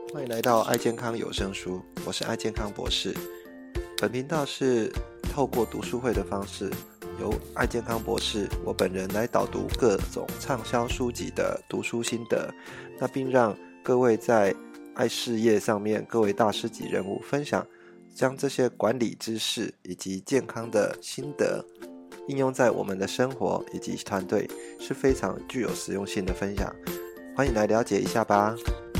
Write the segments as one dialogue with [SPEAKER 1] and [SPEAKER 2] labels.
[SPEAKER 1] 欢迎来到爱健康有声书，我是爱健康博士。本频道是透过读书会的方式，由爱健康博士我本人来导读各种畅销书籍的读书心得，并让各位在爱事业上面各位大师级人物分享，将这些管理知识以及健康的心得应用在我们的生活以及团队，是非常具有实用性的分享。欢迎来了解一下吧。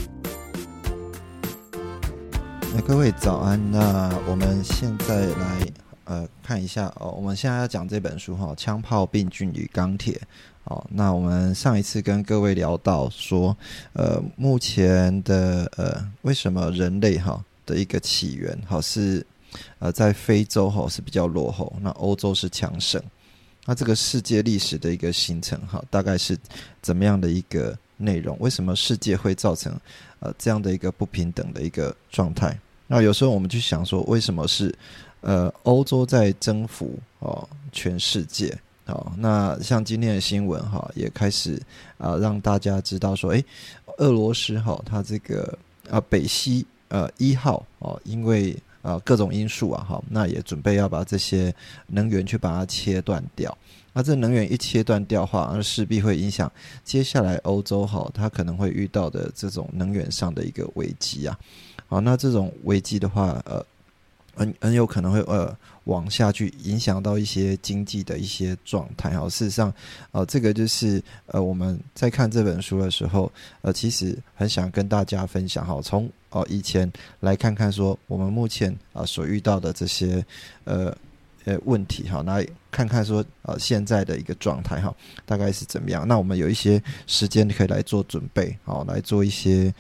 [SPEAKER 2] 各位早安。那我们现在来看一下我们现在要讲这本书枪炮、病菌与钢铁。那我们上一次跟各位聊到说目前的为什么人类的一个起源是在非洲是比较落后，那欧洲是强盛。那这个世界历史的一个形成大概是怎么样的一个内容？为什么世界会造成这样的一个不平等的一个状态？那有时候我们去想说，为什么是欧洲在征服全世界？那像今天的新闻也开始让大家知道说，俄罗斯它这个北溪1号因为各种因素那也准备要把这些能源去把它切断掉。那这能源一切断掉的话，那势必会影响接下来欧洲它可能会遇到的这种能源上的一个危机那这种危机的话很有可能会往下去影响到一些经济的一些状态事实上这个就是我们在看这本书的时候其实很想跟大家分享从以前来看看说我们目前所遇到的这些问题来看看说现在的一个状态大概是怎么样。那我们有一些时间可以来做准备来做一些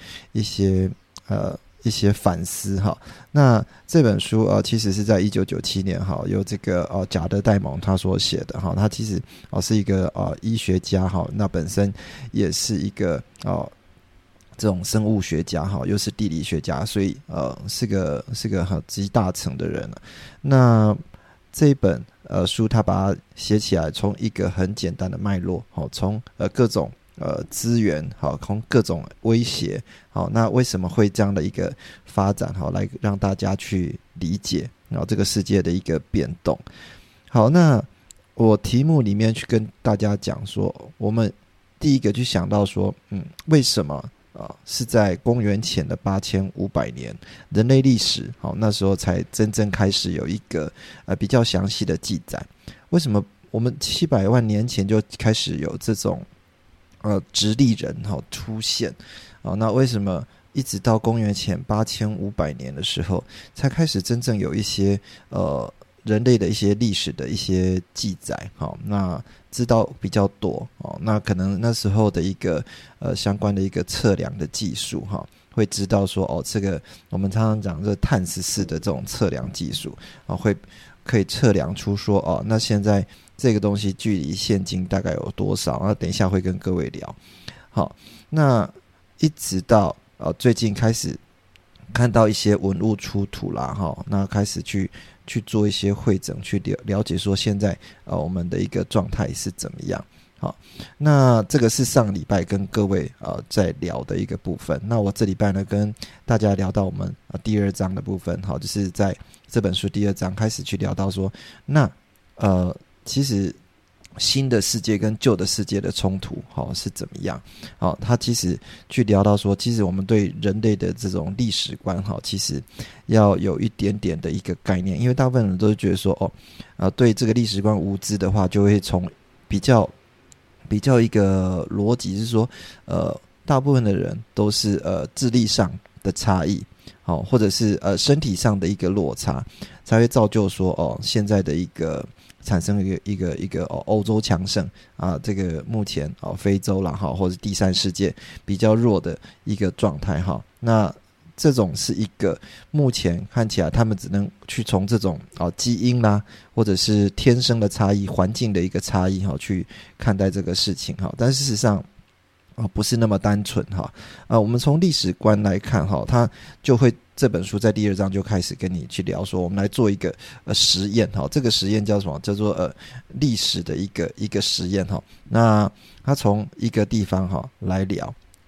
[SPEAKER 2] 反思那这本书其实是在1997年由这个贾德戴蒙他所写的他其实是一个医学家那本身也是一个这种生物学家又是地理学家，所以是个很集大成的人那这一本书他把它写起来，从一个很简单的脉络从各种资源从各种威胁那为什么会这样的一个发展来让大家去理解这个世界的一个变动。那我题目里面去跟大家讲说，我们第一个去想到说为什么是在公元前的8500年人类历史那时候才真正开始有一个比较详细的记载。为什么我们700万年前就开始有这种直立人出现那为什么一直到公元前8500年的时候才开始真正有一些人类的一些历史的一些记载那知道比较多那可能那时候的一个相关的一个测量的技术会知道说这个我们常常讲这碳十四的这种测量技术会可以测量出说那现在这个东西距离现今大概有多少，那等一下会跟各位聊。那一直到最近开始看到一些文物出土啦那开始去做一些汇整，去了解说现在我们的一个状态是怎么样。那这个是上礼拜跟各位在聊的一个部分。那我这礼拜呢跟大家聊到我们第2章的部分就是在这本书第2章开始去聊到说，那其实新的世界跟旧的世界的冲突是怎么样他其实去聊到说，其实我们对人类的这种历史观其实要有一点点的一个概念。因为大部分人都是觉得说对这个历史观无知的话，就会从比较一个逻辑是说大部分的人都是智力上的差异或者是身体上的一个落差，才会造就说现在的一个产生一个欧洲强盛这个目前非洲啦或者第三世界比较弱的一个状态那这种是一个目前看起来他们只能去从这种基因啦或者是天生的差异、环境的一个差异去看待这个事情但事实上不是那么单纯我们从历史观来看它就会这本书在第2章就开始跟你去聊说，我们来做一个实验这个实验叫什么？叫做历史的一个实验那他从一个地方来聊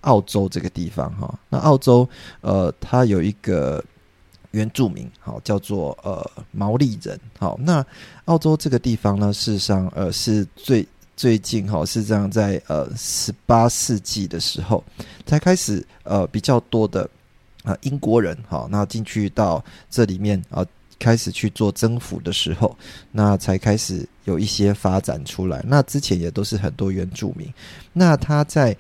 [SPEAKER 2] 澳洲这个地方哈。那澳洲它有一个原住民好叫做毛利人好。那澳洲这个地方呢，事实上是最近是这样，在18世纪的时候才开始比较多的英国人那进去到这里面开始去做征服的时候，那才开始有一些发展出来。那之前也都是很多原住民。那他在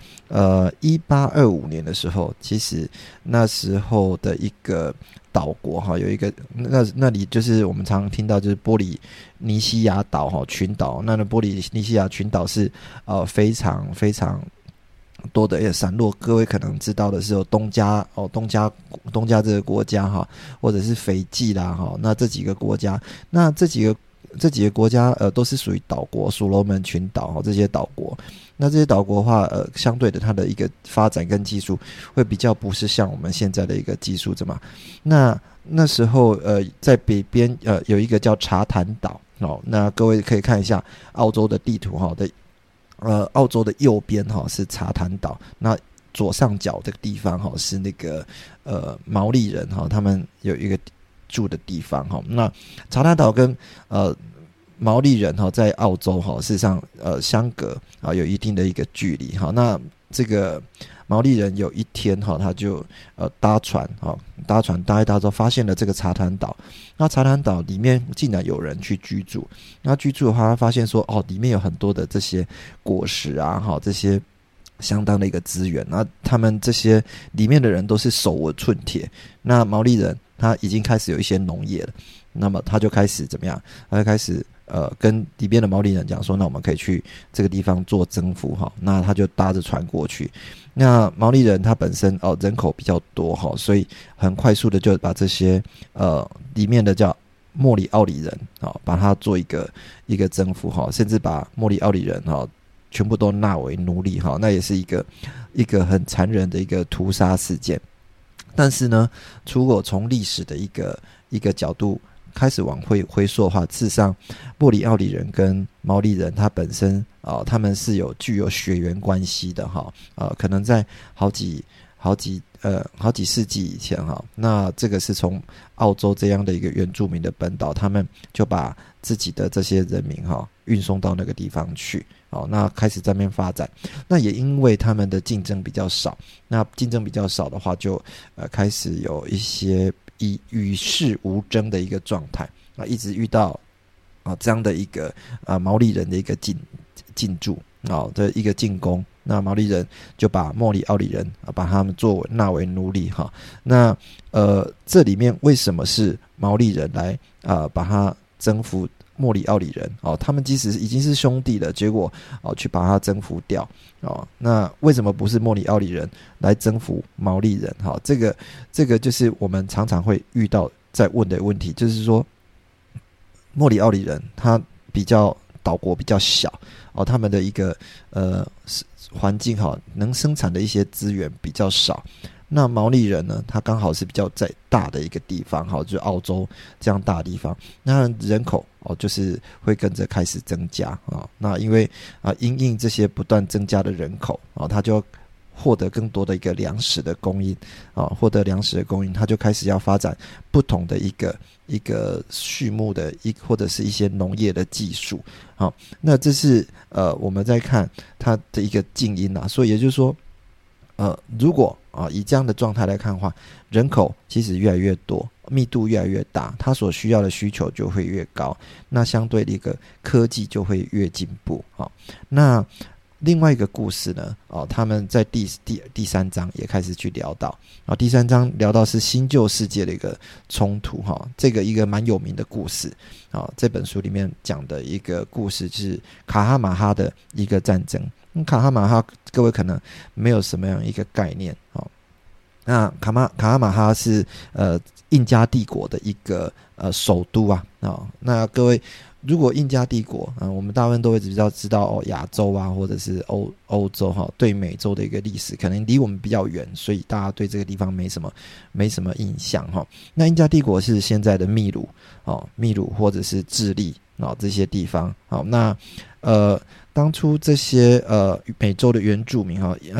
[SPEAKER 2] 1825年的时候，其实那时候的一个岛国有一个那里就是我们常常听到就是波利尼西亚岛群岛。那波利尼西亚群岛是非常非常多的散落，各位可能知道的是有东加这个国家或者是斐济啦那这几个国家，那这几个国家都是属于岛国，所罗门群岛这些岛国。那这些岛国的话相对的它的一个发展跟技术会比较不是像我们现在的一个技术这么。那时候在北边有一个叫查坦岛那各位可以看一下澳洲的地图澳洲的右边是查坦岛，那左上角这个地方是那个毛利人他们有一个住的地方那查坦岛跟毛利人在澳洲事实上相隔有一定的一个距离那这个毛利人有一天他就搭船搭一搭之后发现了这个查坦岛。那查坦岛里面竟然有人去居住，那居住的话他发现说里面有很多的这些果实这些相当的一个资源。那他们这些里面的人都是手无寸铁。那毛利人他已经开始有一些农业了，那么他就开始怎么样？他就开始跟里边的毛利人讲说，那我们可以去这个地方做征服那他就搭着船过去。那毛利人他本身人口比较多所以很快速的就把这些里面的叫莫里奥里人把他做一个征服甚至把莫里奥里人全部都纳为奴隶那也是一个很残忍的一个屠杀事件。但是呢，如果从历史的一个角度开始往回溯的话，事实上莫里奥里人跟毛利人他本身他们是具有血缘关系的可能在好几世纪以前那这个是从澳洲这样的一个原住民的本岛，他们就把自己的这些人民运送到那个地方去那开始在那边发展。那也因为他们的竞争比较少，那竞争比较少的话就开始有一些与世无争的一个状态一直遇到这样的一个毛利人的一个进驻的一个进攻。那毛利人就把莫里奥里人把他们纳为奴隶那这里面为什么是毛利人来把他征服莫里奥里人他们即使已经是兄弟了，结果去把他征服掉那为什么不是莫里奥里人来征服毛利人这个就是我们常常会遇到在问的问题，就是说莫里奥里人他岛国比较小他们的一个环境能生产的一些资源比较少。那毛利人呢，他刚好是比较在大的一个地方就是澳洲这样大的地方，那人口就是会跟着开始增加那因为因应这些不断增加的人口他就获得更多的一个粮食的供应获得粮食的供应，他就开始要发展不同的一个畜牧的或者是一些农业的技术那这是我们在看它的一个近因所以也就是说如果以这样的状态来看的话，人口其实越来越多，密度越来越大，它所需要的需求就会越高，那相对的一个科技就会越进步那另外一个故事呢他们在第3章也开始去聊到第3章聊到是新旧世界的一个冲突这个一个蛮有名的故事这本书里面讲的一个故事是卡哈马哈的一个战争。卡哈马哈各位可能没有什么样一个概念那卡哈马哈是印加帝国的一个首都那各位如果印加帝国我们大部分都会知道亚洲或者是欧洲对美洲的一个历史可能离我们比较远，所以大家对这个地方没什么印象那印加帝国是现在的秘鲁或者是智利这些地方那当初这些美洲的原住民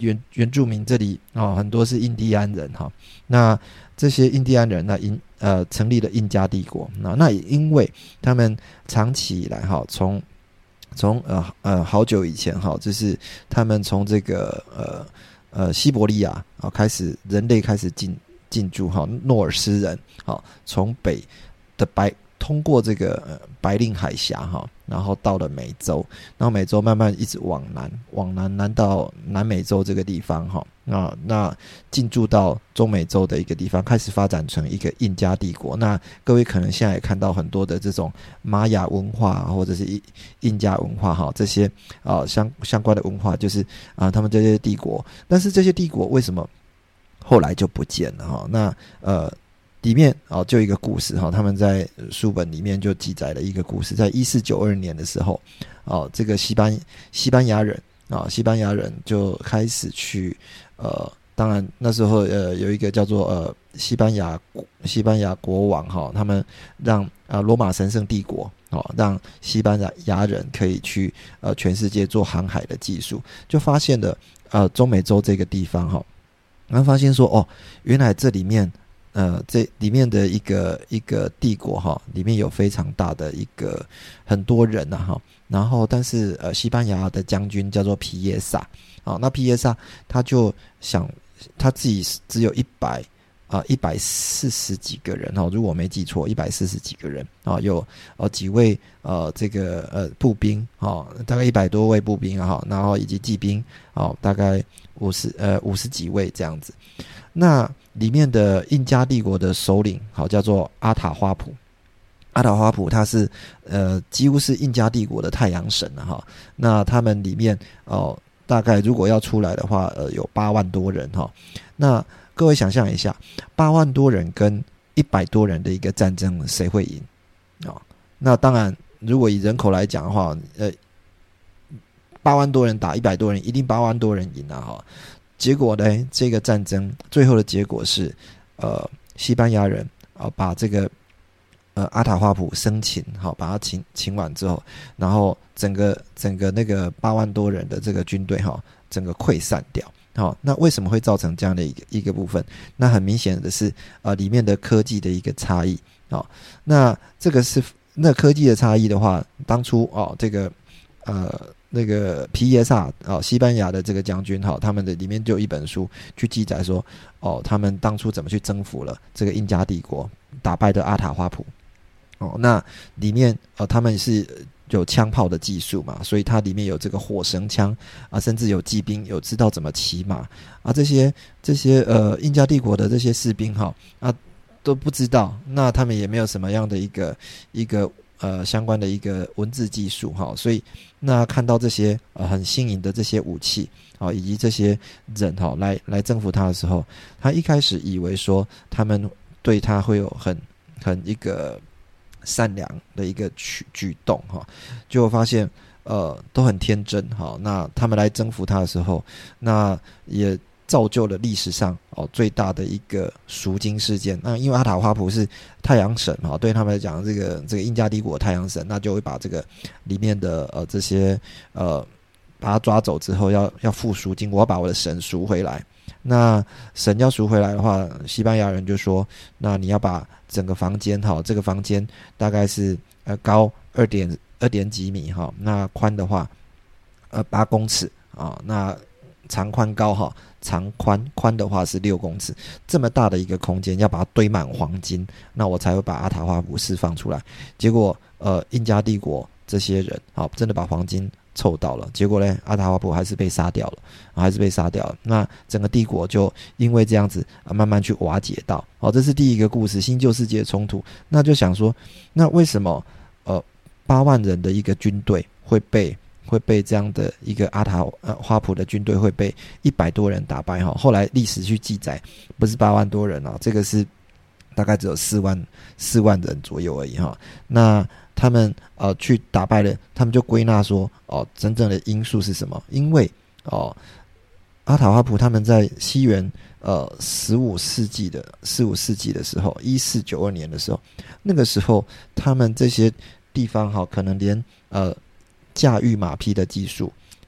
[SPEAKER 2] 原住民这里很多是印第安人那这些印第安人成立了印加帝国，那也因为他们长期以来从好久以前就是他们从这个西伯利亚开始，人类开始进驻诺尔斯人从北的通过这个白令海峡然后到了美洲，然后美洲慢慢一直往南到南美洲这个地方那进驻到中美洲的一个地方，开始发展成一个印加帝国。那各位可能现在也看到很多的这种玛雅文化或者是印加文化这些相关的文化，就是他们这些帝国，但是这些帝国为什么后来就不见了那里面就一个故事他们在书本里面就记载了一个故事，在1492年的时候这个西班牙人就开始去当然那时候有一个叫做西班牙国王他们让罗马神圣帝国让西班牙人可以去全世界做航海的技术，就发现了中美洲这个地方然后发现说原来这里面这里面的一个帝国里面有非常大的一个很多人然后但是西班牙的将军叫做皮耶萨那皮耶萨他就想他自己只有140几个人如果我没记错140几个人有几位这个步兵大概100多位步兵然后以及骑兵大概50几位这样子。那里面的印加帝国的首领叫做阿塔花普他是几乎是印加帝国的太阳神那他们里面大概如果要出来的话有8万多人那各位想象一下8万多人跟100多人的一个战争谁会赢那当然如果以人口来讲的话8万多人打100多人一定8万多人赢结果呢这个战争最后的结果是西班牙人把这个阿塔花普生擒把他擒完之后，然后整个那个8万多人的这个军队整个溃散掉那为什么会造成这样的一个部分？那很明显的是里面的科技的一个差异那这个是那科技的差异的话，当初这个那个皮耶萨西班牙的这个将军他们的里面就有一本书去记载说他们当初怎么去征服了这个印加帝国，打败的阿塔花普那里面他们是有枪炮的技术嘛，所以它里面有这个火绳枪甚至有骑兵，有知道怎么骑马这些印加帝国的这些士兵都不知道，那他们也没有什么样的一个相关的一个文字技术所以那看到这些很新颖的这些武器以及这些人来征服他的时候，他一开始以为说他们对他会有很一个善良的一个举动结果发现都很天真那他们来征服他的时候，那也造就了历史上最大的一个赎金事件。那因为阿塔花普是太阳神对他们来讲这个印加帝国的太阳神，那就会把这个里面的这些把他抓走之后要付赎金，我要把我的神赎回来。那神要赎回来的话，西班牙人就说那你要把整个房间这个房间大概是高2点几米那宽的话8公尺那长宽高长宽的话是6公尺，这么大的一个空间要把它堆满黄金，那我才会把阿塔花普释放出来。结果印加帝国这些人真的把黄金凑到了，结果呢阿塔花普还是被杀掉了，那整个帝国就因为这样子慢慢去瓦解到这是第一个故事，新旧世界的冲突。那就想说那为什么8万人的一个军队会被这样的一个阿塔花普的军队会被100多人打败后来历史去记载不是8万多人这个是大概只有4万人左右而已那他们去打败了，他们就归纳说真正的因素是什么？因为阿塔花普他们在西元15世纪的时候，1492年的时候，那个时候他们这些地方可能连驾驭马匹的技术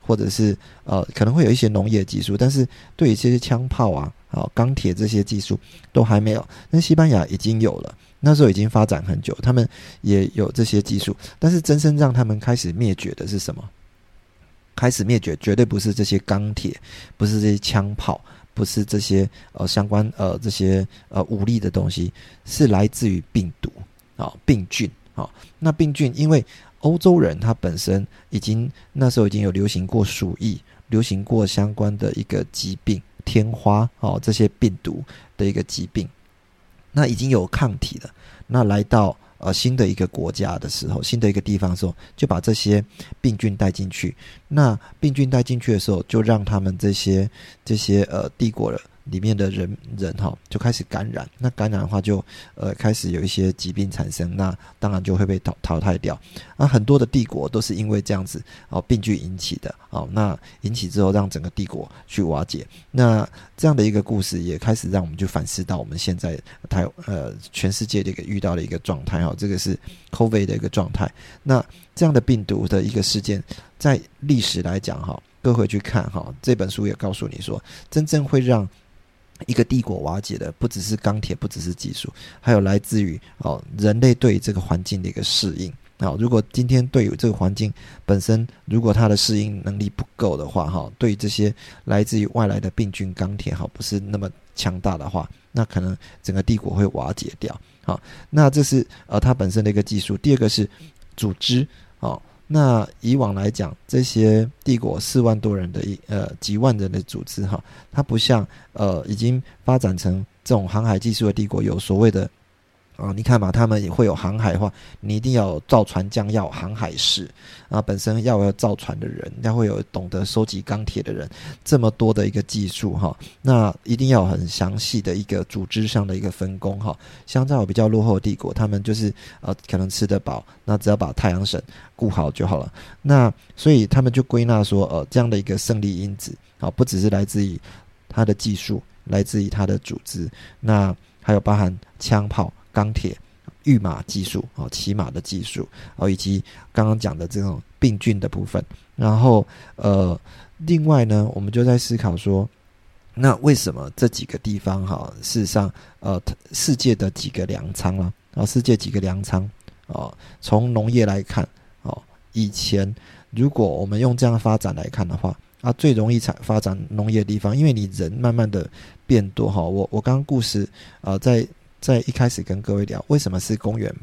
[SPEAKER 2] 或者是可能会有一些农业技术，但是对于这些枪炮啊、钢铁这些技术都还没有。那西班牙已经有了，那时候已经发展很久，他们也有这些技术，但是真正让他们开始灭绝的是什么？开始灭绝绝对不是这些钢铁，不是这些枪炮，不是这些相关这些武力的东西，是来自于病毒病菌那病菌因为欧洲人他本身那时候已经有流行过鼠疫，流行过相关的一个疾病，天花这些病毒的一个疾病，那已经有抗体了。那来到新的一个国家的时候，新的一个地方的时候，就把这些病菌带进去。那病菌带进去的时候，就让他们这些帝国里面的人就开始感染。那感染的话就开始有一些疾病产生，那当然就会被淘汰掉。那很多的帝国都是因为这样子病菌引起的那引起之后让整个帝国去瓦解。那这样的一个故事也开始让我们去反思到我们现在全世界的一个遇到的一个状态这个是 COVID 的一个状态。那这样的病毒的一个事件在历史来讲各位回去看这本书也告诉你说，真正会让一个帝国瓦解的不只是钢铁，不只是技术，还有来自于人类对这个环境的一个适应。如果今天对于这个环境本身，如果它的适应能力不够的话对于这些来自于外来的病菌、钢铁不是那么强大的话，那可能整个帝国会瓦解掉。那这是它本身的一个技术。第二个是组织那以往来讲，这些帝国4万多人的几万人的组织它不像已经发展成这种航海技术的帝国，有所谓的你看嘛，他们也会有航海的话，你一定要有造船匠，要有航海士本身要有造船的人，要会有懂得收集钢铁的人，这么多的一个技术那一定要有很详细的一个组织上的一个分工相较比较落后的帝国，他们就是可能吃得饱，那只要把太阳神顾好就好了。那所以他们就归纳说这样的一个胜利因子不只是来自于他的技术，来自于他的组织，那还有包含枪炮、钢铁、御马技术骑马的技术以及刚刚讲的这种病菌的部分。然后另外呢，我们就在思考说，那为什么这几个地方事实上世界的几个粮仓世界几个粮仓从农业来看以前如果我们用这样的发展来看的话最容易发展农业的地方，因为你人慢慢的变多我刚刚故事在一开始跟各位聊，为什么是公元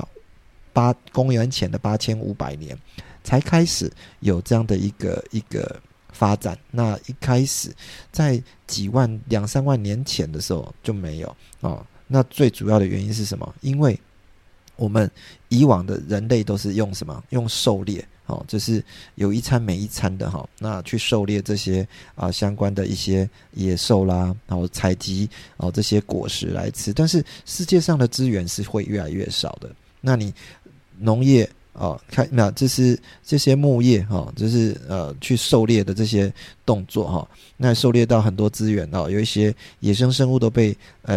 [SPEAKER 2] 前的8500年才开始有这样的一个发展。那一开始在2-3万年前的时候就没有那最主要的原因是什么？因为我们以往的人类都是用什么？用狩猎就是有一餐没一餐的那去狩猎这些相关的一些野兽啦，然后采集这些果实来吃。但是世界上的资源是会越来越少的。那你农业就是这些牧业就是去狩猎的这些动作那狩猎到很多资源有一些野生生物都被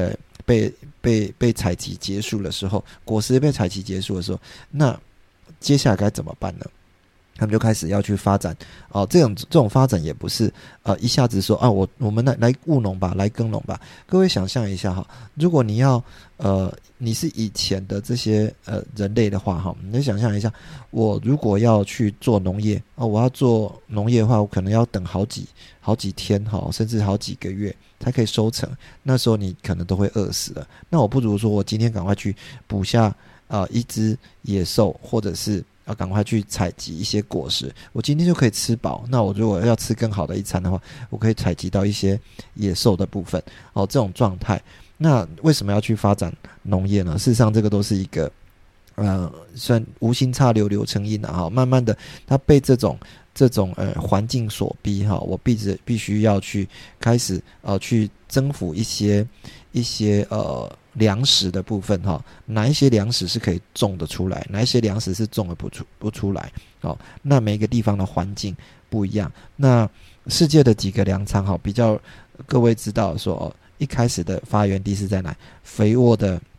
[SPEAKER 2] 采集结束的时候，果实被采集结束的时候，那接下来该怎么办呢？他们就开始要去发展这种发展也不是一下子说我们来务农吧，来耕农吧。各位想象一下如果你要你是以前的这些人类的话你就想象一下，我如果要去做农业我要做农业的话，我可能要等好几天甚至好几个月才可以收成，那时候你可能都会饿死了。那我不如说我今天赶快去捕下一只野兽，或者是要赶快去采集一些果实，我今天就可以吃饱。那我如果要吃更好的一餐的话，我可以采集到一些野兽的部分这种状态。那为什么要去发展农业呢？事实上这个都是一个算无心插柳柳成荫慢慢的它被这种环境所逼我必须要去开始去征服一些粮食的部分哪一些粮食是可以种得出来，哪一些粮食是种得不出来那每个地方的环境不一样。那世界的几个粮仓比较各位知道说一开始的发源地是在哪？肥沃的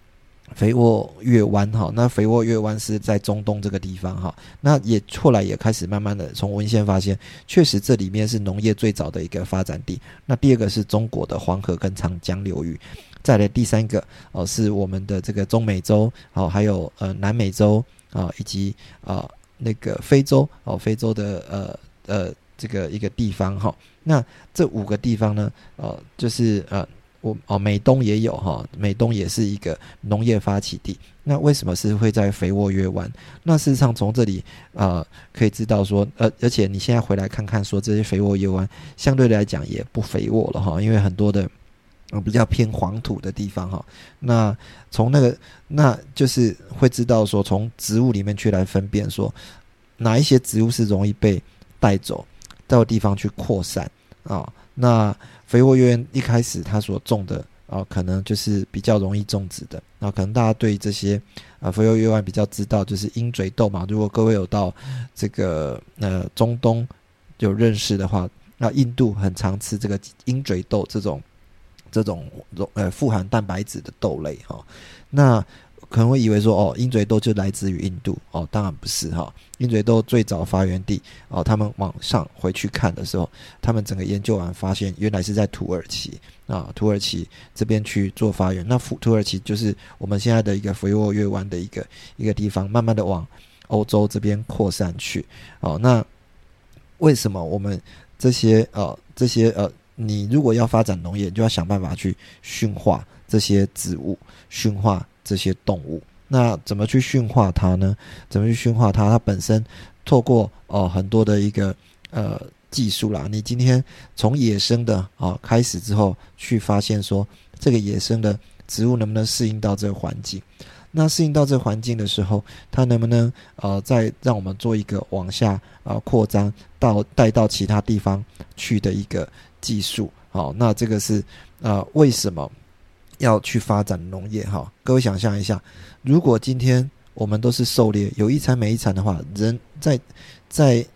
[SPEAKER 2] 肥沃月湾哈，那肥沃月湾是在中东这个地方哈，那也后来也开始慢慢的从文献发现，确实这里面是农业最早的一个发展地。那第二个是中国的黄河跟长江流域，再来第三个是我们的这个中美洲还有南美洲以及那个非洲非洲的这个一个地方哈。那这5个地方呢就是美东也有哈，美东也是一个农业发起地。那为什么是会在肥沃约湾？那事实上从这里可以知道说而且你现在回来看看说这些肥沃约湾相对来讲也不肥沃了哈，因为很多的比较偏黄土的地方哈。那从那就是会知道说从植物里面去来分辨说哪一些植物是容易被带走到地方去扩散那肥沃约湾一开始它所种的可能就是比较容易种植的可能大家对这些肥沃约湾比较知道就是鹰嘴豆嘛。如果各位有到这个中东有认识的话，那印度很常吃这个鹰嘴豆这种富含蛋白质的豆类那可能会以为说鹰嘴豆就来自于印度当然不是鹰嘴豆最早发源地他们往上回去看的时候，他们整个研究完发现原来是在土耳其土耳其这边去做发源。那土耳其就是我们现在的一个肥沃约湾的一个地方，慢慢的往欧洲这边扩散去那为什么我们这些你如果要发展农业，你就要想办法去驯化这些植物，驯化这些动物。那怎么去驯化它呢？怎么去驯化它？它本身透过很多的一个技术啦。你今天从野生的开始之后，去发现说这个野生的植物能不能适应到这个环境？那适应到这个环境的时候，它能不能再让我们做一个往下扩张带到其他地方去的一个技术？那这个是为什么要去发展农业各位想象一下，如果今天我们都是狩猎，有一餐没一餐的话，人在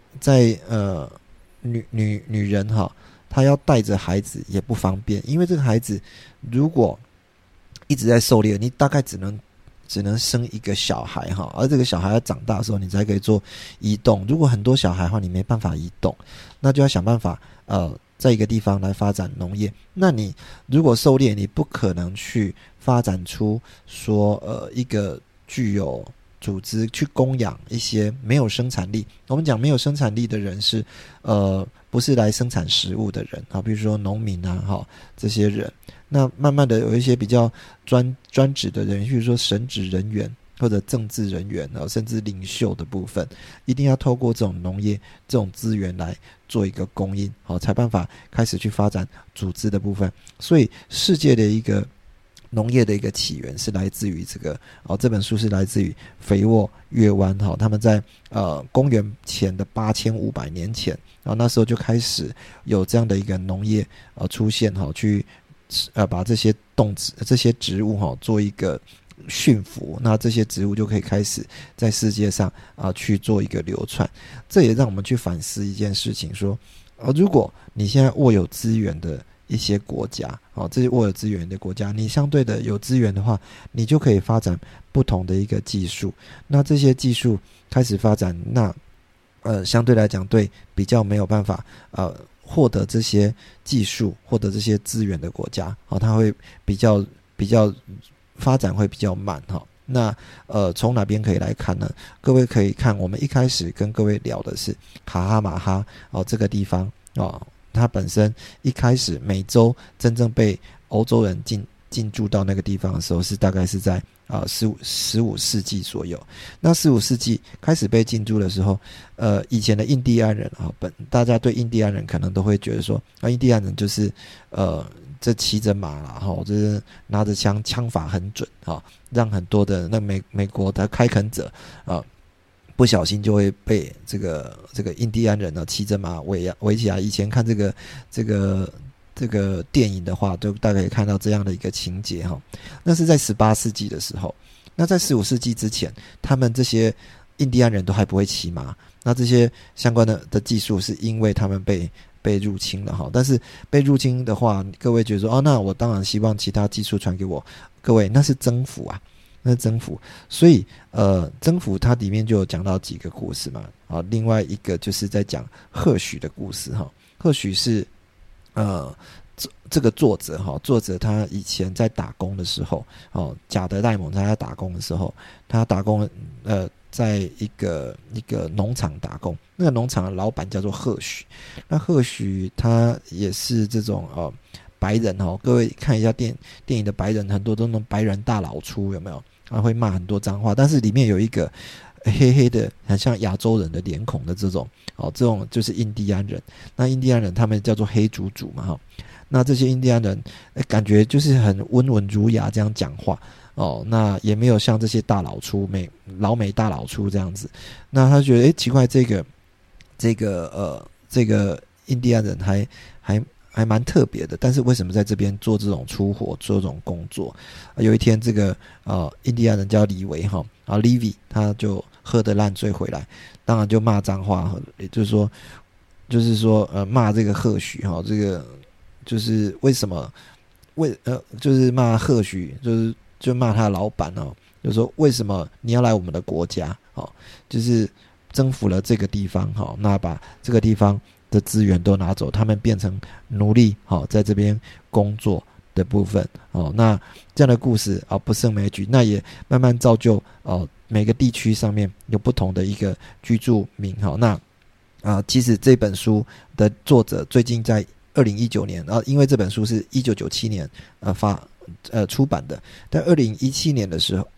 [SPEAKER 2] 女人她要带着孩子也不方便，因为这个孩子如果一直在狩猎，你大概只能生一个小孩而这个小孩要长大的时候，你才可以做移动。如果很多小孩的话，你没办法移动，那就要想办法在一个地方来发展农业。那你如果狩猎，你不可能去发展出说一个具有组织去供养一些没有生产力。我们讲没有生产力的人是不是来生产食物的人比如说农民这些人。那慢慢的有一些比较专职的人，比如说神职人员或者政治人员甚至领袖的部分，一定要透过这种农业这种资源来做一个供应才办法开始去发展组织的部分。所以世界的一个农业的一个起源是来自于这本书是来自于肥沃约湾他们在公元前的8500年前那时候就开始有这样的一个农业出现去把这些这些植物做一个驯服，那这些植物就可以开始在世界上去做一个流传。这也让我们去反思一件事情，说如果你现在握有资源的一些国家这些握有资源的国家，你相对的有资源的话，你就可以发展不同的一个技术。那这些技术开始发展，那相对来讲对比较没有办法获得这些技术获得这些资源的国家它会比较发展会比较慢那从哪边可以来看呢？各位可以看我们一开始跟各位聊的是卡哈马哈这个地方它本身一开始美洲真正被欧洲人进驻到那个地方的时候，是大概是在15世纪左右。那15世纪开始被进驻的时候，以前的印第安人大家对印第安人可能都会觉得说印第安人就是这骑着马啦就是拿着枪，枪法很准让很多的那美国的开垦者不小心就会被这个印第安人骑着马围起来。以前看这个电影的话，就大概可以看到这样的一个情节那是在18世纪的时候。那在15世纪之前，他们这些印第安人都还不会骑马。那这些相关的技术是因为他们被入侵了但是被入侵的话，各位觉得说那我当然希望其他技术传给我。各位，那是征服那是征服。所以征服它里面就有讲到几个故事嘛，另外一个就是在讲贺许的故事哈。贺许是这个作者他以前在打工的时候，贾德戴蒙他在打工的时候，他打工在一个农场打工，那个农场的老板叫做贺许。那贺许他也是这种白人各位看一下电影的白人，很多都那种白人大老粗，有没有？他会骂很多脏话，但是里面有一个黑黑的很像亚洲人的脸孔的这种就是印第安人。那印第安人他们叫做黑族族嘛那这些印第安人感觉就是很温文儒雅这样讲话那也没有像这些大老粗老美大老粗这样子。那他觉得奇怪，这个印第安人还蛮特别的，但是为什么在这边做这种粗活，做这种工作？有一天这个印第安人叫李维Levi 他就喝得烂醉回来，当然就骂脏话，也就是说骂这个贺许这个就是为什么就是骂贺许，就骂他的老板就说为什么你要来我们的国家就是征服了这个地方那把这个地方的资源都拿走，他们变成奴隶在这边工作的部分那这样的故事不胜枚举，那也慢慢造就每个地区上面有不同的一个居住民那其实这本书的作者最近在2019年因为这本书是1997年出版的，但2017年的时候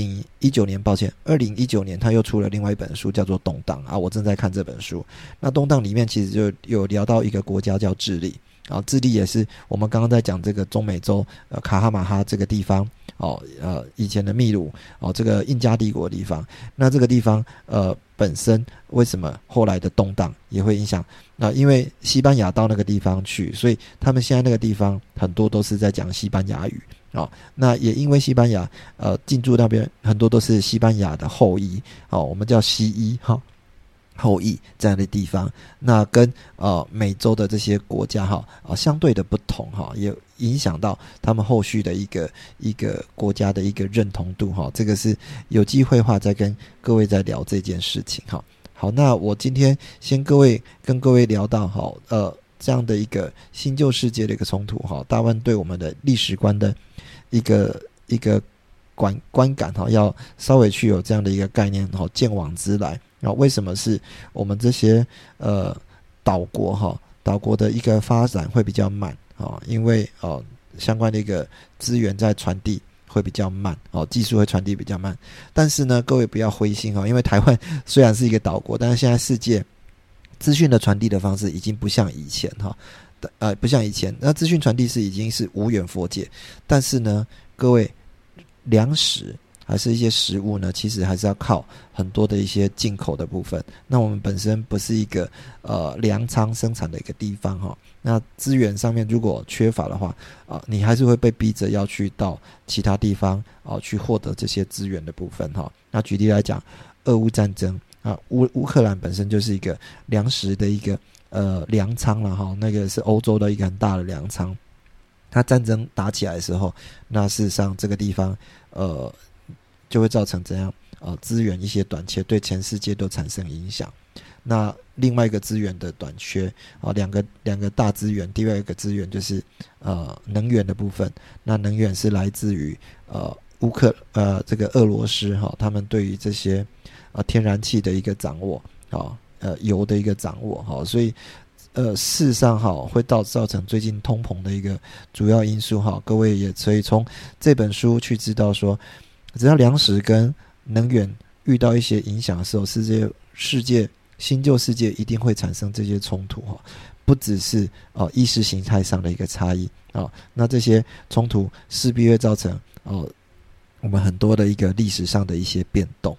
[SPEAKER 2] 2019年他又出了另外一本书叫做《动荡》我正在看这本书。那《动荡》里面其实就有聊到一个国家叫智利智利也是我们刚刚在讲这个中美洲卡哈马哈这个地方以前的秘鲁这个印加帝国的地方。那这个地方本身为什么后来的动荡也会影响因为西班牙到那个地方去，所以他们现在那个地方很多都是在讲西班牙语那也因为西班牙进驻那边很多都是西班牙的后裔我们叫西裔后裔这样的地方，那跟美洲的这些国家相对的不同也影响到他们后续的一个国家的一个认同度这个是有机会的话再跟各位再聊这件事情好，那我今天先跟各位聊到这样的一个新旧世界的一个冲突大万对我们的历史观的一个观感要稍微去有这样的一个概念见往知来为什么是我们这些岛国的一个发展会比较慢因为相关的一个资源在传递会比较慢技术会传递比较慢。但是呢各位不要灰心因为台湾虽然是一个岛国，但是现在世界资讯的传递的方式已经不像以前不像以前，那资讯传递已经是无远弗届。但是呢各位粮食还是一些食物呢，其实还是要靠很多的一些进口的部分。那我们本身不是一个粮仓生产的一个地方那资源上面如果缺乏的话你还是会被逼着要去到其他地方去获得这些资源的部分那举例来讲，俄乌战争乌克兰本身就是一个粮食的一个粮仓了那个是欧洲的一个很大的粮仓。它战争打起来的时候，那事实上这个地方就会造成怎样资源一些短缺，对全世界都产生影响。那另外一个资源的短缺两个大资源，第二一个资源就是能源的部分。那能源是来自于这个俄罗斯他们对于这些天然气的一个掌握油的一个掌握所以事实上会造成最近通膨的一个主要因素各位也可以从这本书去知道说，只要粮食跟能源遇到一些影响的时候，世界新旧世界一定会产生这些冲突不只是意识形态上的一个差异那这些冲突势必会造成我们很多的一个历史上的一些变动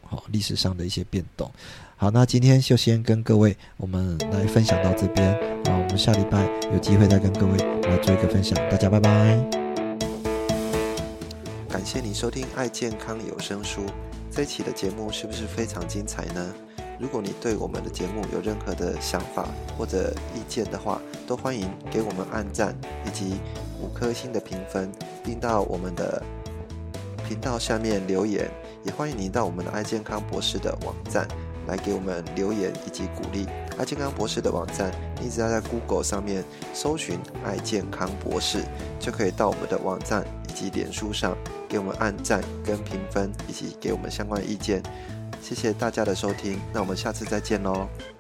[SPEAKER 2] 好，那今天就先跟各位我们来分享到这边我们下礼拜有机会再跟各位来做一个分享，大家拜拜。
[SPEAKER 1] 感谢你收听爱健康有声书，这一期的节目是不是非常精彩呢？如果你对我们的节目有任何的想法或者意见的话，都欢迎给我们按赞以及5颗星的评分，并到我们的频道下面留言，也欢迎您到我们的爱健康博士的网站来给我们留言以及鼓励。爱健康博士的网站，你只要在 Google 上面搜寻爱健康博士，就可以到我们的网站以及脸书上给我们按赞跟评分，以及给我们相关的意见。谢谢大家的收听，那我们下次再见咯。